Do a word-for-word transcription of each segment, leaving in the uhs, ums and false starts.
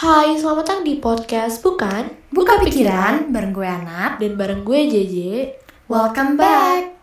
Hai, selamat datang di podcast Bukan Buka Pikiran bareng gue Anap dan bareng gue J J. Welcome back.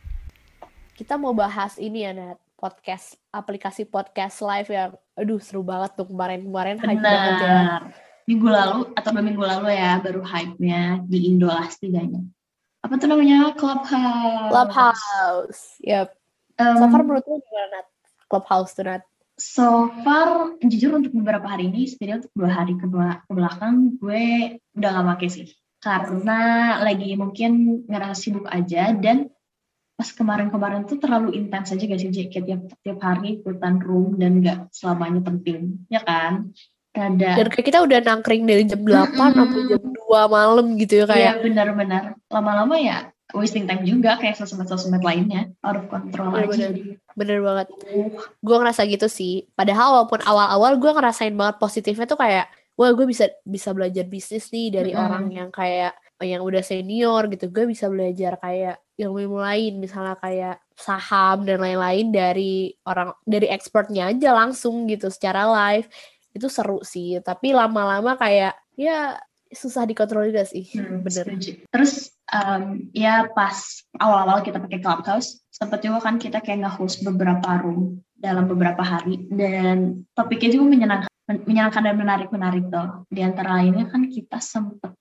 Kita mau bahas ini ya, Nat. Podcast, aplikasi podcast live yang aduh seru banget tuh kemarin-kemarin, hype banget ya. Benar. Minggu lalu atau dua minggu lalu ya baru hype-nya di Indo lah setidaknya. Apa tuh namanya? Clubhouse. Clubhouse. Yap. Um, So far menurut lu gimana, Nat? Clubhouse tuh, Nat? So far, jujur untuk beberapa hari ini, setidaknya untuk dua hari ke, ke belakang, gue udah gak pakai sih. Karena lagi mungkin ngerasa sibuk aja, dan pas kemarin-kemarin tuh terlalu intens aja gak sih, kayak tiap, tiap hari ikutan room dan gak selamanya penting, ya kan? Rada. Dan kayak kita udah nangkring dari jam delapan Mm-mm. sampai jam dua malam gitu ya kayak. Iya benar-benar. Lama-lama ya wasting time juga kayak sosmed-sosmed lainnya. Out of control Bener, aja bener. jadi. Bener banget. Uh. Gue ngerasa gitu sih. Padahal walaupun awal-awal gue ngerasain banget positifnya tuh kayak, wah gue bisa bisa belajar bisnis nih dari Mm-mm. orang yang kayak yang udah senior gitu. Gue bisa belajar kayak ilmu-ilmu lain, misalnya kayak saham dan lain-lain dari orang dari expertnya aja langsung gitu secara live. Itu seru sih. Tapi lama-lama kayak ya susah dikontrol juga sih. Hmm, Bener. setuju. Terus um, ya pas awal-awal kita pakai Clubhouse, sempat juga kan kita kayak nge-host beberapa room dalam beberapa hari, dan topiknya juga menyenangkan, menyenangkan dan menarik-menarik tuh. Di antara lainnya kan kita sempat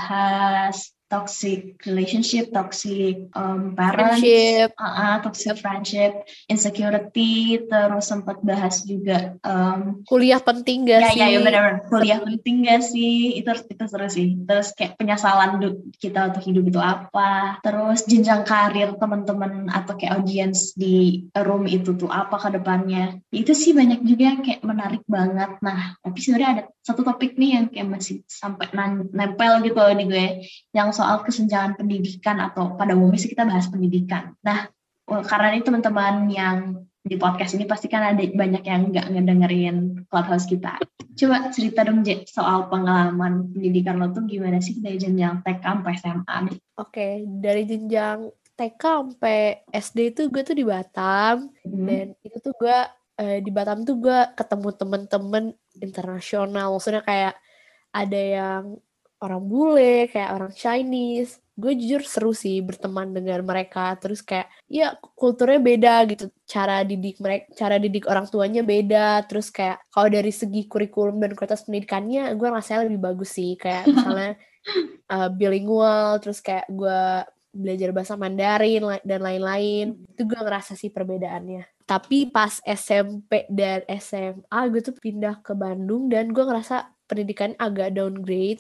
bahas toxic relationship, toxic um, parents, Friendship. uh-uh, toxic yep. friendship, insecurity, terus sempat bahas juga um, kuliah penting gak ya, sih? Ya, ya benar-benar. Kuliah penting gak sih? Itu itu seru sih. Terus kayak penyesalan kita untuk hidup itu apa? Terus jenjang karir teman-teman atau kayak audiens di room itu tuh apa ke depannya? Itu sih banyak juga yang kayak menarik banget. Nah, tapi sebenarnya ada satu topik nih yang kayak masih sampai nempel gitu loh di gue, yang soal kesenjangan pendidikan, atau pada umumnya sih kita bahas pendidikan. Nah, karena ini teman-teman yang di podcast ini pasti kan ada banyak yang nggak ngedengerin Clubhouse kita. Coba cerita dong, J, soal pengalaman pendidikan lo tuh gimana sih dari jenjang T K sampai S M A nih? Oke, okay, dari jenjang T K sampai S D itu gue tuh di Batam, hmm. dan itu tuh gue eh, di Batam tuh gue ketemu temen-temen internasional, maksudnya kayak ada yang orang bule, kayak orang Chinese. Gue jujur seru sih berteman dengan mereka. Terus kayak, ya kulturnya beda gitu. Cara didik mereka, cara didik orang tuanya beda. Terus kayak, kalau dari segi kurikulum dan kualitas pendidikannya, gue rasanya lebih bagus sih. Kayak misalnya uh, bilingual, terus kayak gue belajar bahasa Mandarin dan lain-lain. Itu gue ngerasa sih perbedaannya. Tapi pas S M P dan S M A, gue tuh pindah ke Bandung dan gue ngerasa pendidikan agak downgrade.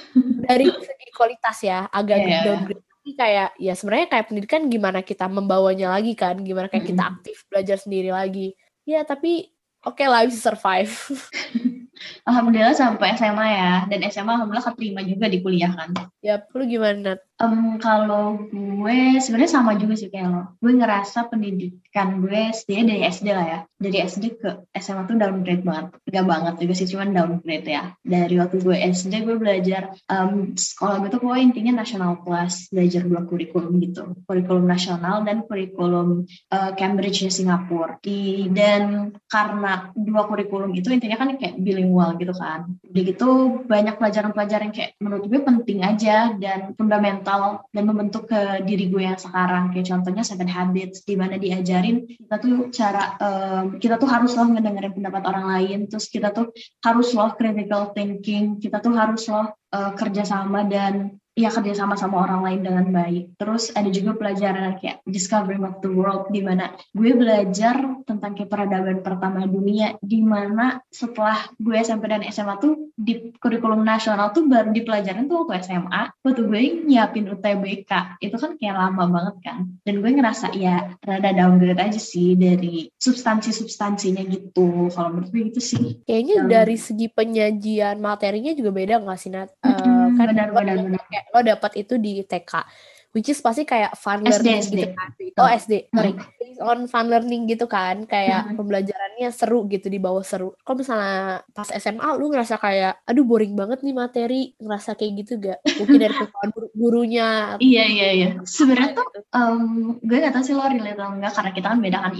Dari segi kualitas ya agak yeah. downgrade, tapi kayak ya sebenarnya kayak pendidikan gimana kita membawanya lagi kan, gimana kayak kita aktif belajar sendiri lagi ya, tapi oke okay lah, bisa survive. Alhamdulillah sampai S M A ya, dan S M A alhamdulillah keterima juga di kuliah kan. Ya, lu gimana, Nat? Um, kalau gue sebenarnya sama juga sih kayak lo. Gue ngerasa pendidikan gue setidaknya dari S D lah ya. Dari S D ke S M A tuh downgrade banget. Gak banget juga sih, cuman downgrade ya. Dari waktu gue S D gue belajar, um, sekolah gue tuh gue intinya national plus, belajar dua kurikulum gitu. Kurikulum nasional dan kurikulum uh, Cambridge di Singapura. Di, dan karena dua kurikulum itu intinya kan kayak bilingual gitu kan. Jadi gitu banyak pelajaran-pelajaran kayak menurut gue penting aja dan fundamental dan membentuk ke diri gue yang sekarang. Kayak contohnya Seven Habits, di mana diajarin kita tuh cara um, kita tuh harus loh ngedengerin pendapat orang lain, terus kita tuh harus loh critical thinking, kita tuh harus loh uh, kerjasama dan ya kerjasama sama orang lain dengan baik. Terus ada juga pelajaran kayak Discovering of the World, di mana gue belajar tentang kayak peradaban pertama dunia, di mana setelah gue S M P dan S M A tuh di kurikulum nasional tuh baru dipelajarin tuh waktu S M A, waktu gue nyiapin U T B K, itu kan kayak lama banget kan. Dan gue ngerasa ya rada downgrade aja sih dari substansi-substansinya gitu. Kalau menurut gue gitu sih. Kayaknya um, dari segi penyajian materinya juga beda nggak sih, Nat? Uh, kan benar-benar. Lo dapat itu di T K, which is pasti kayak fun learning S D, gitu kan. Oh, S D, sorry. Hmm. On fun learning gitu kan, kayak hmm. pembelajarannya seru gitu, di bawah seru. Kalau misalnya pas S M A lu ngerasa kayak, aduh boring banget nih materi, ngerasa kayak gitu gak? Mungkin dari kesalahan gurunya. Iya, iya, iya. Sebenarnya tuh, um, gue gak tahu sih lo relate atau enggak, karena kita kan beda kan I P A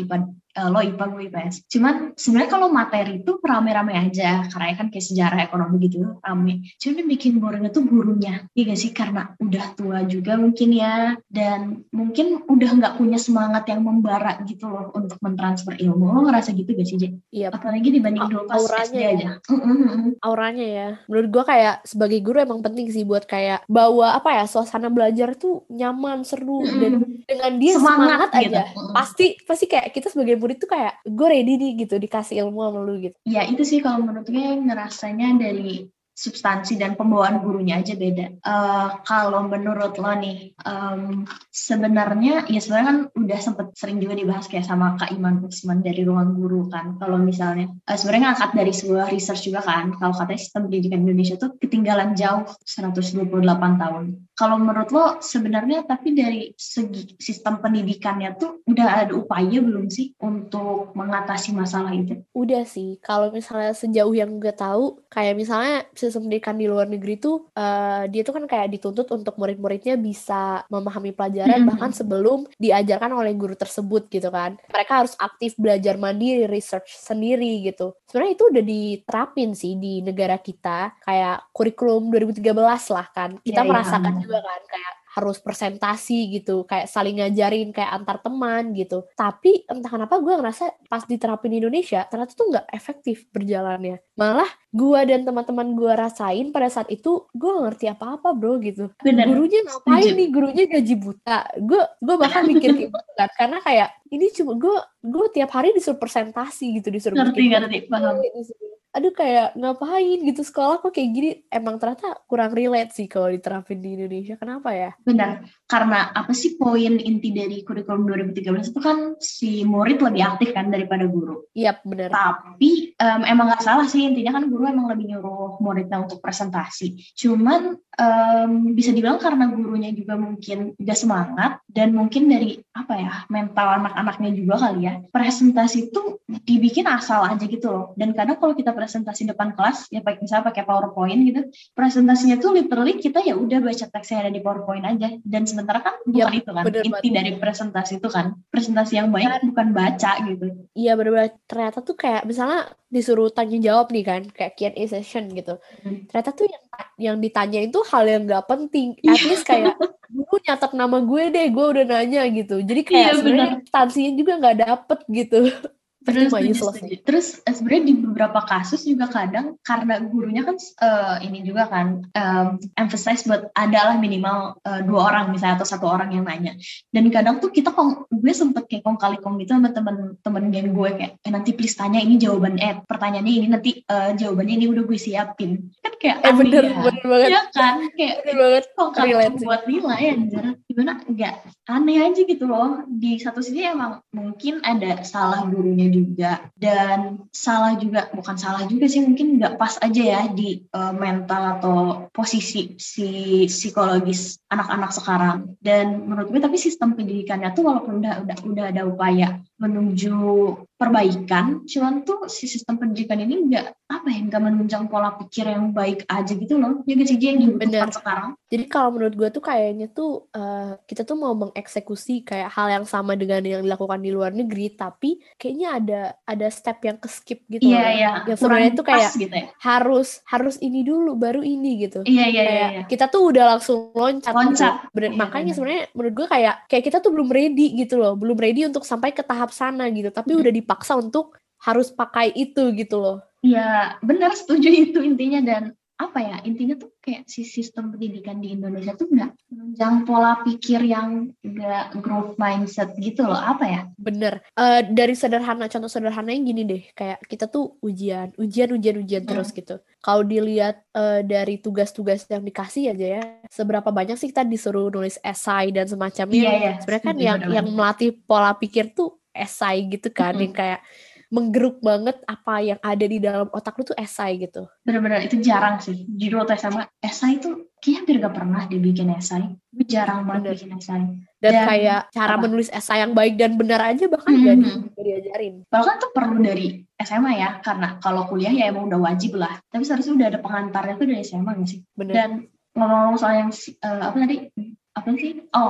uh, lo I P A gue I P S. Cuman sebenarnya kalau materi itu rame-rame aja, karena kan kayak sejarah ekonomi gitu rame. Cuman yang bikin boringnya tuh gurunya, iya gak sih, karena udah tua juga mungkin ya, dan mungkin udah nggak punya semangat yang membara gitu loh untuk mentransfer ilmu. Lo ngerasa gitu gak sih, Je? Iya. Apalagi dibanding dulu pas S D Auranya ya. aja. Auranya ya. Menurut gue kayak sebagai guru emang penting sih buat kayak bawa apa ya, suasana belajar tuh nyaman, seru, dan dengan dia semangat, semangat gitu. aja. Pasti pasti kayak kita sebagai murid tuh kayak gue ready nih gitu dikasih ilmu sama lu gitu. Ya itu sih kalau menurut gue ngerasanya dari substansi dan pembawaan gurunya aja beda. Uh, kalau menurut lo nih, um, sebenarnya ya sebenarnya kan udah sempet sering juga dibahas kayak sama Kak Iman Kusman dari Ruang Guru kan. Kalau misalnya uh, sebenarnya ngangkat dari sebuah research juga kan. Kalau katanya sistem pendidikan Indonesia tuh ketinggalan jauh seratus dua puluh delapan tahun. Kalau menurut lo sebenarnya tapi dari segi sistem pendidikannya tuh udah ada upaya belum sih untuk mengatasi masalah itu? Udah sih. Kalau misalnya sejauh yang gue tahu, kayak misalnya sistem pendidikan di luar negeri tuh uh, dia tuh kan kayak dituntut untuk murid-muridnya bisa memahami pelajaran mm-hmm. bahkan sebelum diajarkan oleh guru tersebut gitu kan. Mereka harus aktif belajar mandiri, research sendiri gitu. Sebenarnya itu udah diterapin sih di negara kita, kayak kurikulum dua ribu tiga belas lah kan. Kita yeah, merasakan yeah. juga kan kayak harus presentasi gitu, kayak saling ngajarin kayak antar teman gitu. Tapi entah kenapa gue ngerasa pas diterapin di Indonesia ternyata tuh nggak efektif berjalannya. Malah gue dan teman-teman gue rasain pada saat itu gue gak ngerti apa-apa bro gitu. Bener. Gurunya ngapain nih? Gurunya gaji buta. Gue gue bahkan mikir kayak gitu kan, karena kayak ini cuma gue gue tiap hari disuruh presentasi gitu, disuruh ngerti ngerti paham. Aduh kayak ngapain gitu sekolah kok kayak gini. Emang ternyata kurang relate sih kalau diterapin di Indonesia. Kenapa ya? Benar, karena apa sih poin inti dari kurikulum dua ribu tiga belas itu kan si murid lebih aktif kan daripada guru. Iya yep, benar. Tapi um, emang gak salah sih, intinya kan guru emang lebih nyuruh muridnya untuk presentasi. Cuman um, bisa dibilang karena gurunya juga mungkin gak semangat, dan mungkin dari apa ya mental anak-anaknya juga kali ya, presentasi itu dibikin asal aja gitu loh. Dan kadang kalau kita presentasi depan kelas ya misalnya pakai PowerPoint gitu, presentasinya tuh literally kita ya udah baca teks yang ada di PowerPoint aja, dan sementara kan bukan yep, itu kan inti dari presentasi itu kan, presentasi yang baik kan bukan baca gitu. Iya benar-benar, ternyata tuh kayak misalnya disuruh tanya jawab nih kan, kayak Q and A session gitu, hmm. ternyata tuh yang yang ditanya itu hal yang nggak penting, at least kayak gue nyatet nama gue deh, gue udah nanya gitu, jadi kayak iya, sebenarnya substansinya juga nggak dapet gitu. Terus, terus sebenarnya di beberapa kasus juga kadang karena gurunya kan uh, ini juga kan um, emphasize buat adalah minimal uh, dua orang misalnya atau satu orang yang nanya, dan kadang tuh kita kong, gue sempet kayak kong kali kong gitu sama temen-temen geng gue kayak eh, nanti please tanya ini jawaban eh pertanyaannya ini nanti uh, jawabannya ini udah gue siapin kan kayak eh, bener, ya. bener banget Ya kan kayak bener banget kong kali kong buat nilai anjir gimana enggak aneh aja gitu loh. Di satu sisi emang mungkin ada salah gurunya juga, dan salah juga bukan salah juga sih mungkin nggak pas aja ya di uh, mental atau posisi si psikologis anak-anak sekarang. Dan menurut gue tapi sistem pendidikannya tuh walaupun udah udah udah ada upaya menuju perbaikan, cuman tuh si sistem pendidikan ini nggak apa ya nggak menunjang pola pikir yang baik aja gitu loh. Jadi sih yang dibutuhkan sekarang. Jadi kalau menurut gue tuh kayaknya tuh uh, kita tuh mau mengeksekusi kayak hal yang sama dengan yang dilakukan di luar negeri, tapi kayaknya ada ada step yang ke-skip gitu. Iya, yeah, iya. Yang sebenarnya tuh kayak gitu ya? harus harus ini dulu baru ini gitu. Iya, iya, kayak iya. Kita tuh udah langsung loncat. Loncat. Gitu. Iya, makanya sebenarnya menurut gue kayak kayak kita tuh belum ready gitu loh, belum ready untuk sampai ke tahap sana gitu. Tapi hmm. udah dipaksa untuk harus pakai itu gitu loh. Iya, benar, setuju itu intinya. Dan apa ya, intinya tuh kayak si sistem pendidikan di Indonesia tuh nggak menunjang pola pikir yang nggak growth mindset gitu loh, apa ya? Bener, uh, dari sederhana, contoh sederhananya gini deh, kayak kita tuh ujian, ujian, ujian, ujian hmm. terus gitu. Kalau dilihat uh, dari tugas-tugas yang dikasih aja ya, seberapa banyak sih kita disuruh nulis esai dan semacamnya. Iya, iya. Sebenarnya kan yang yang melatih pola pikir tuh esai gitu kan, hmm. yang kayak menggeruk banget apa yang ada di dalam otak lu tuh esai gitu. Benar-benar itu jarang sih. Judul waktu S M A, esai itu kayaknya hampir gak pernah dibikin esai. Gue jarang banget bikin esai. Dan, dan kayak cara apa? menulis esai yang baik dan benar aja bahkan mm-hmm. gak diajarin. Padahal kan itu perlu dari S M A ya, karena kalau kuliah ya emang udah wajib lah. Tapi seharusnya udah ada pengantarnya tuh dari S M A gak sih? Bener. Dan ngomong-ngomong soal yang uh, apa tadi? Apa sih? Oh,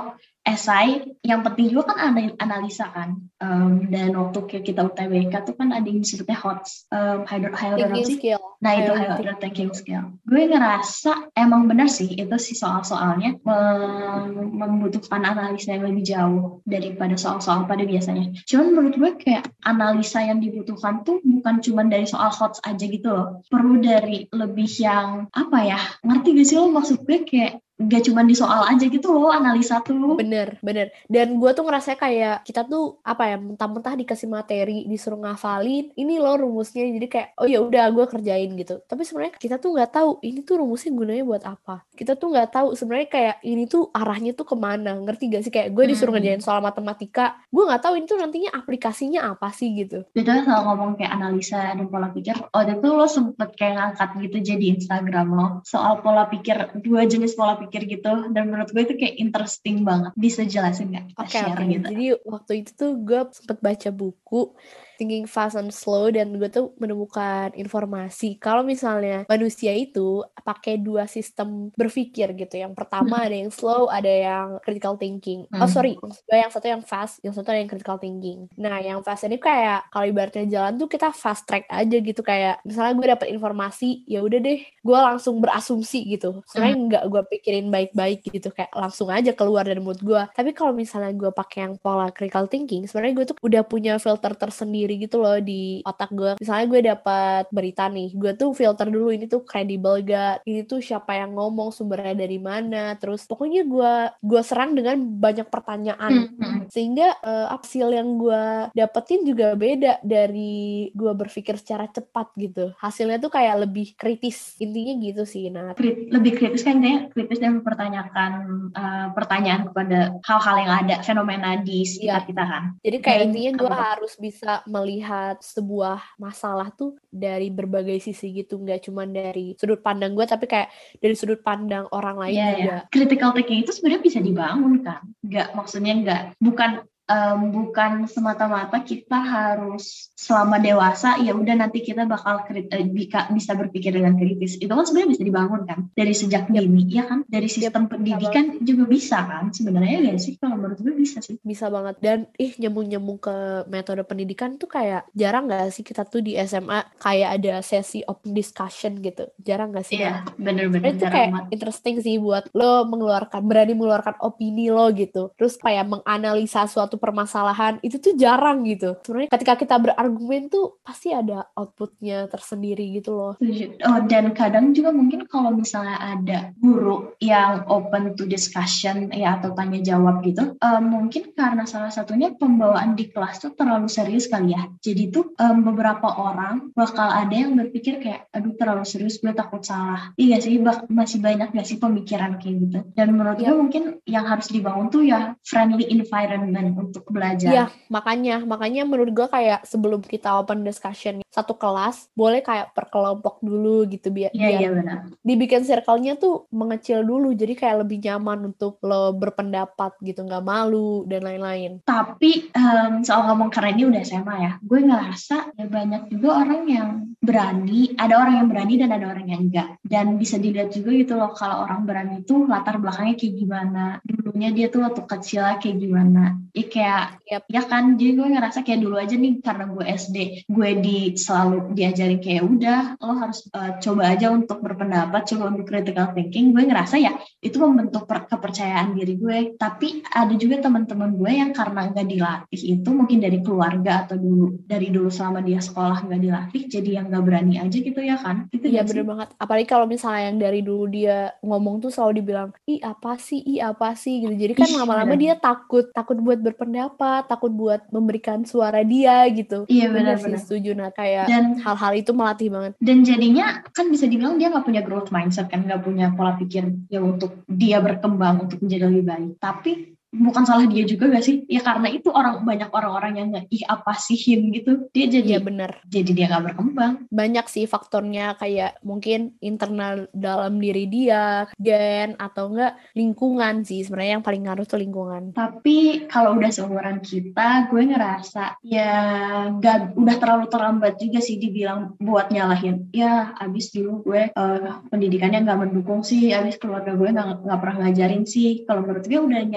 esai, yang penting juga kan ana- analisa kan. Um, dan waktu kayak kita U T B K tuh kan ada yang disebutnya H O T S, um, high, high order apa Thinking sih? skill. Nah itu High high order order thinking skill. Gue ngerasa emang benar sih itu sih soal-soalnya mem- membutuhkan analisa yang lebih jauh daripada soal-soal pada biasanya. Cuman menurut gue kayak analisa yang dibutuhkan tuh bukan cuma dari soal H O T S aja gitu loh. Perlu dari lebih yang apa ya? Ngerti gak sih lo maksud gue kayak gak cuma di soal aja gitu loh analisa tuh. Bener, bener. Dan gue tuh ngerasa kayak kita tuh apa ya, mentah-mentah dikasih materi, disuruh ngafalin, ini loh rumusnya. Jadi kayak oh ya udah gue kerjain gitu. Tapi sebenarnya kita tuh nggak tahu ini tuh rumusnya gunanya buat apa. Kita tuh nggak tahu sebenarnya kayak ini tuh arahnya tuh kemana. Ngerti gak sih? Kayak gue disuruh Hmm. ngerjain soal matematika, gue nggak tahu ini tuh nantinya aplikasinya apa sih gitu. Jadi kalau ngomong kayak analisa dan pola pikir, oh itu lo sempet kayak ngangkat gitu jadi Instagram lo soal pola pikir, dua jenis pola pikir gitu, dan menurut gue itu kayak interesting banget. Bisa jelasin nggak? Kita Oke, share oke. gitu. Jadi waktu itu tuh gue sempet baca buku Thinking Fast and Slow, dan gue tuh menemukan informasi kalau misalnya manusia itu pakai dua sistem berpikir gitu. Yang pertama ada yang slow, ada yang critical thinking. Oh Hmm. sorry, maksud gue yang satu yang fast, yang satu ada yang critical thinking. Nah yang fast ini kayak kalau ibaratnya jalan tuh kita fast track aja gitu, kayak misalnya gue dapet informasi, ya udah deh, gue langsung berasumsi gitu. Sebenarnya nggak gue pikirin baik-baik gitu, kayak langsung aja keluar dari mood gue. Tapi kalau misalnya gue pakai yang pola critical thinking, sebenarnya gue tuh udah punya filter tersendiri gitu loh di otak gue. Misalnya gue dapat berita nih, gue tuh filter dulu ini tuh kredibel gak, ini tuh siapa yang ngomong, sumbernya dari mana, terus pokoknya gue gue serang dengan banyak pertanyaan. Hmm. Sehingga uh, hasil yang gue dapetin juga beda dari gue berpikir secara cepat gitu. Hasilnya tuh kayak lebih kritis, intinya gitu sih. Nah, Krit- lebih kritis kan, kayak kritis dan mempertanyakan uh, pertanyaan kepada hal-hal yang ada, fenomena di sekitar iya. kita kan. Jadi kayak Dan intinya gue apa tuh? harus bisa melihat sebuah masalah tuh dari berbagai sisi gitu, nggak cuma dari sudut pandang gue, tapi kayak dari sudut pandang orang lain Iya juga. ya, critical thinking itu sebenarnya bisa dibangun kan? Nggak, maksudnya nggak, bukan um, bukan semata-mata kita harus selama dewasa ya udah nanti kita bakal krit, eh, bika, bisa berpikir dengan kritis. Itu kan sebenarnya bisa dibangun kan dari sejak Yep. dini, ya kan? Dari sistem Yep, pendidikan juga bisa kan? Sebenarnya ya sih, kalau menurut gue bisa sih. bisa banget. Dan ih nyambung-nyambung ke metode pendidikan tuh kayak jarang gak sih kita tuh di S M A kayak ada sesi open discussion gitu, jarang gak sih? Iya, bener-bener Itu jarang kayak banget. interesting sih buat lo mengeluarkan, berani mengeluarkan opini lo gitu, terus kayak menganalisa suatu permasalahan, itu tuh jarang gitu. Sebenarnya ketika kita berargumen tuh pasti ada outputnya tersendiri gitu loh. Oh, dan kadang juga mungkin kalau misalnya ada guru yang open to discussion ya atau tanya jawab gitu, um, mungkin karena salah satunya pembawaan di kelas tuh terlalu serius kali ya. Jadi tuh um, beberapa orang bakal ada yang berpikir kayak, aduh terlalu serius, gue takut salah. Iya sih, bak- masih banyak gak sih pemikiran kayak gitu. Dan menurut Iya. gue mungkin yang harus dibangun tuh ya friendly environment untuk belajar. Iya, makanya, makanya menurut gue kayak sebelum kita open discussion satu kelas, boleh kayak per kelompok dulu gitu, biar Iya, biar iya benar. dibikin circle-nya tuh mengecil dulu, jadi kayak lebih nyaman untuk lo berpendapat gitu, nggak malu dan lain-lain. Tapi um, soal ngomong karena ini udah S M A ya, gue ngerasa ya banyak juga orang yang berani, ada orang yang berani dan ada orang yang enggak. Dan bisa dilihat juga gitu loh, kalau orang berani itu latar belakangnya kayak gimana, dulunya dia tuh waktu kecil kayak gimana. Ya kayak, Yep. ya kan, jadi gue ngerasa kayak dulu aja nih, karena gue S D, gue di selalu diajarin kayak udah, lo harus uh, coba aja untuk berpendapat, coba untuk critical thinking. Gue ngerasa ya itu membentuk kepercayaan diri gue. Tapi ada juga teman-teman gue yang karena nggak dilatih itu, mungkin dari keluarga atau dulu dari dulu selama dia sekolah nggak dilatih, jadi yang nggak berani aja gitu ya kan? Itu Iya bener banget. Apalagi kalau misalnya yang dari dulu dia ngomong tuh selalu dibilang, ih apa sih, ih apa sih gitu. Jadi kan Ih, lama-lama bener. dia takut, takut buat berpendapat, takut buat memberikan suara dia gitu. Iya Bener sih, benar-benar. setuju. Nah kayak Dan hal-hal itu melatih banget. dan jadinya kan bisa dibilang dia nggak punya growth mindset kan, nggak punya pola pikir yang untuk dia berkembang untuk menjadi lebih baik. Tapi bukan salah dia juga gak sih? Ya karena itu orang banyak orang-orang yang nggak ih apa sihin gitu, dia jadi Iya bener. jadi dia nggak berkembang. Banyak sih faktornya, kayak mungkin internal dalam diri dia, gen, atau enggak lingkungan sih. Sebenarnya yang paling ngaruh tuh lingkungan. Tapi kalau udah seumuran kita, gue ngerasa ya gak, udah terlalu terlambat juga sih dibilang buat nyalahin. Ya abis dulu gue uh, pendidikannya gak mendukung sih, abis keluarga gue gak, gak pernah ngajarin sih. Kalau menurut gue udah nyampe umur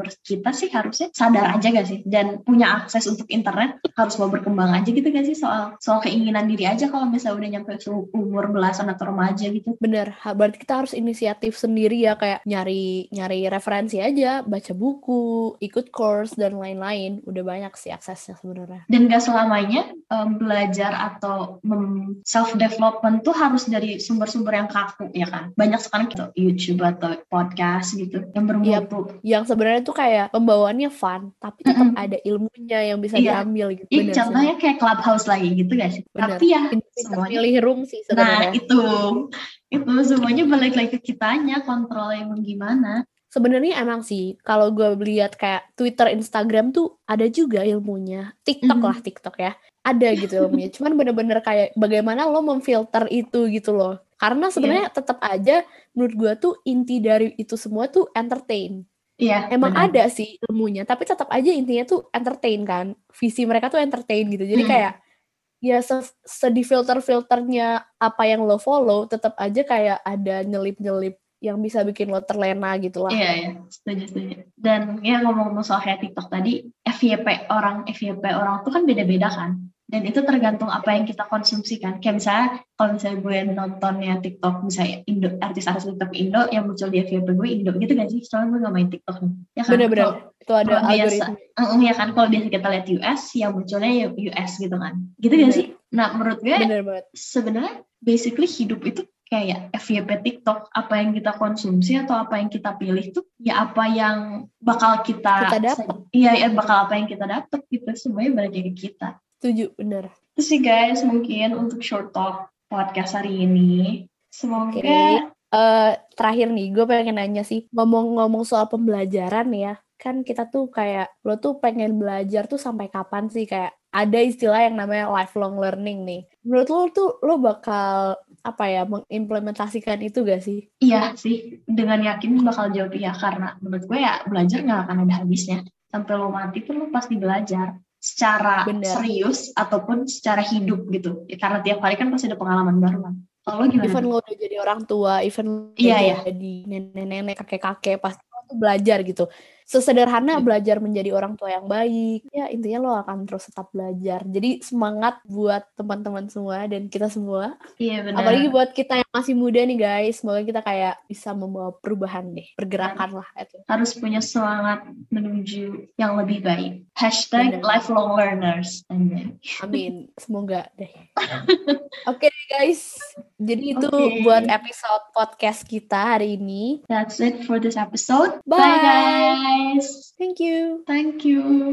umur kita sih harusnya sadar aja gak sih, dan punya akses untuk internet, harus mau berkembang aja gitu gak sih, soal soal keinginan diri aja kalau misalnya udah nyampe umur belasan atau remaja gitu. Bener, berarti kita harus inisiatif sendiri ya, kayak nyari nyari referensi aja, baca buku, ikut course dan lain-lain. Udah banyak sih aksesnya sebenarnya. Dan gak selamanya um, belajar atau um, self development tuh harus dari sumber-sumber yang kaku ya kan. Banyak sekarang gitu YouTube atau podcast gitu yang bermutu. Yep. Yang sebenarnya tuh kayak pembawaannya fun, tapi tetap mm-hmm. ada ilmunya yang bisa iya. diambil gitu. Iya, contohnya sih. Kayak Clubhouse lagi gitu gak sih? Bener. Tapi ya semuanya milih room sih sebenarnya. Nah itu, itu semuanya balik lagi ke kitanya, kontrolnya emang gimana. Sebenarnya emang sih, kalau gue lihat kayak Twitter, Instagram tuh ada juga ilmunya. TikTok mm-hmm. lah, TikTok ya. Ada gitu ilmunya. Cuman bener-bener kayak bagaimana lo memfilter itu gitu loh. Karena sebenarnya yeah. tetap aja menurut gue tuh inti dari itu semua tuh entertain. Iya. Emang benar. ada sih ilmunya, tapi tetap aja intinya tuh entertain kan. Visi mereka tuh entertain gitu. Jadi mm. kayak ya sedih filter-filternya apa yang lo follow, tetap aja kayak ada nyelip-nyelip yang bisa bikin lo terlena gitu lah. Iya, iya, setuju, setuju. Dan ya ngomong-ngomong soal kayak TikTok tadi, F Y P orang, F Y P orang tuh kan beda-beda kan. Dan itu tergantung apa yang kita konsumsikan. Kayak misalnya, kalau misalnya gue nontonnya TikTok, misalnya Indo, artis-artis TikTok Indo, yang muncul di F Y P gue Indo, gitu kan sih? Soalnya gue gak main TikTok. Ya kan? Bener-bener, itu ada algoritma. Uh, ya kan, kalau biasa kita lihat U S, yang munculnya ya U S gitu kan. Gitu gak sih? Nah, menurut gue, sebenarnya basically hidup itu kayak F Y P TikTok, apa yang kita konsumsi atau apa yang kita pilih tuh ya apa yang bakal kita, kita dapat. Iya, ya bakal apa yang kita dapat gitu, semuanya balik ke kita. Setuju, bener. Terus sih guys, mungkin untuk short talk podcast hari ini, semoga okay. uh, terakhir nih gue pengen nanya sih, ngomong-ngomong soal pembelajaran ya, kan kita tuh kayak lo tuh pengen belajar tuh sampai kapan sih, kayak ada istilah yang namanya lifelong learning nih. Menurut lo tuh lo bakal apa ya mengimplementasikan itu gak sih? Iya sih, dengan yakin bakal jawab iya, karena menurut gue ya belajar gak akan ada habisnya. Sampai lo mati pun lo pasti belajar secara Bener. serius ataupun secara hidup gitu. Ya, karena tiap hari kan pasti ada pengalaman baru kan. Kalau lo gimana? Even lo udah jadi orang tua, even lo iya, udah iya. jadi nenek-nenek, kakek-kakek, pasti lo tuh belajar gitu. Sesederhana belajar menjadi orang tua yang baik. Ya intinya lo akan terus tetap belajar. Jadi semangat buat teman-teman semua dan kita semua. Iya benar. Apalagi buat kita yang masih muda nih guys. Semoga kita kayak bisa membawa perubahan deh. Pergerakan lah itu. Harus punya semangat menuju yang lebih baik. Hashtag benar. Lifelong learners. Amin. Amin. Semoga deh. Oke okay, guys. Jadi itu okay. buat episode podcast kita hari ini. That's it for this episode. Bye, Bye guys. Thank you. Thank you.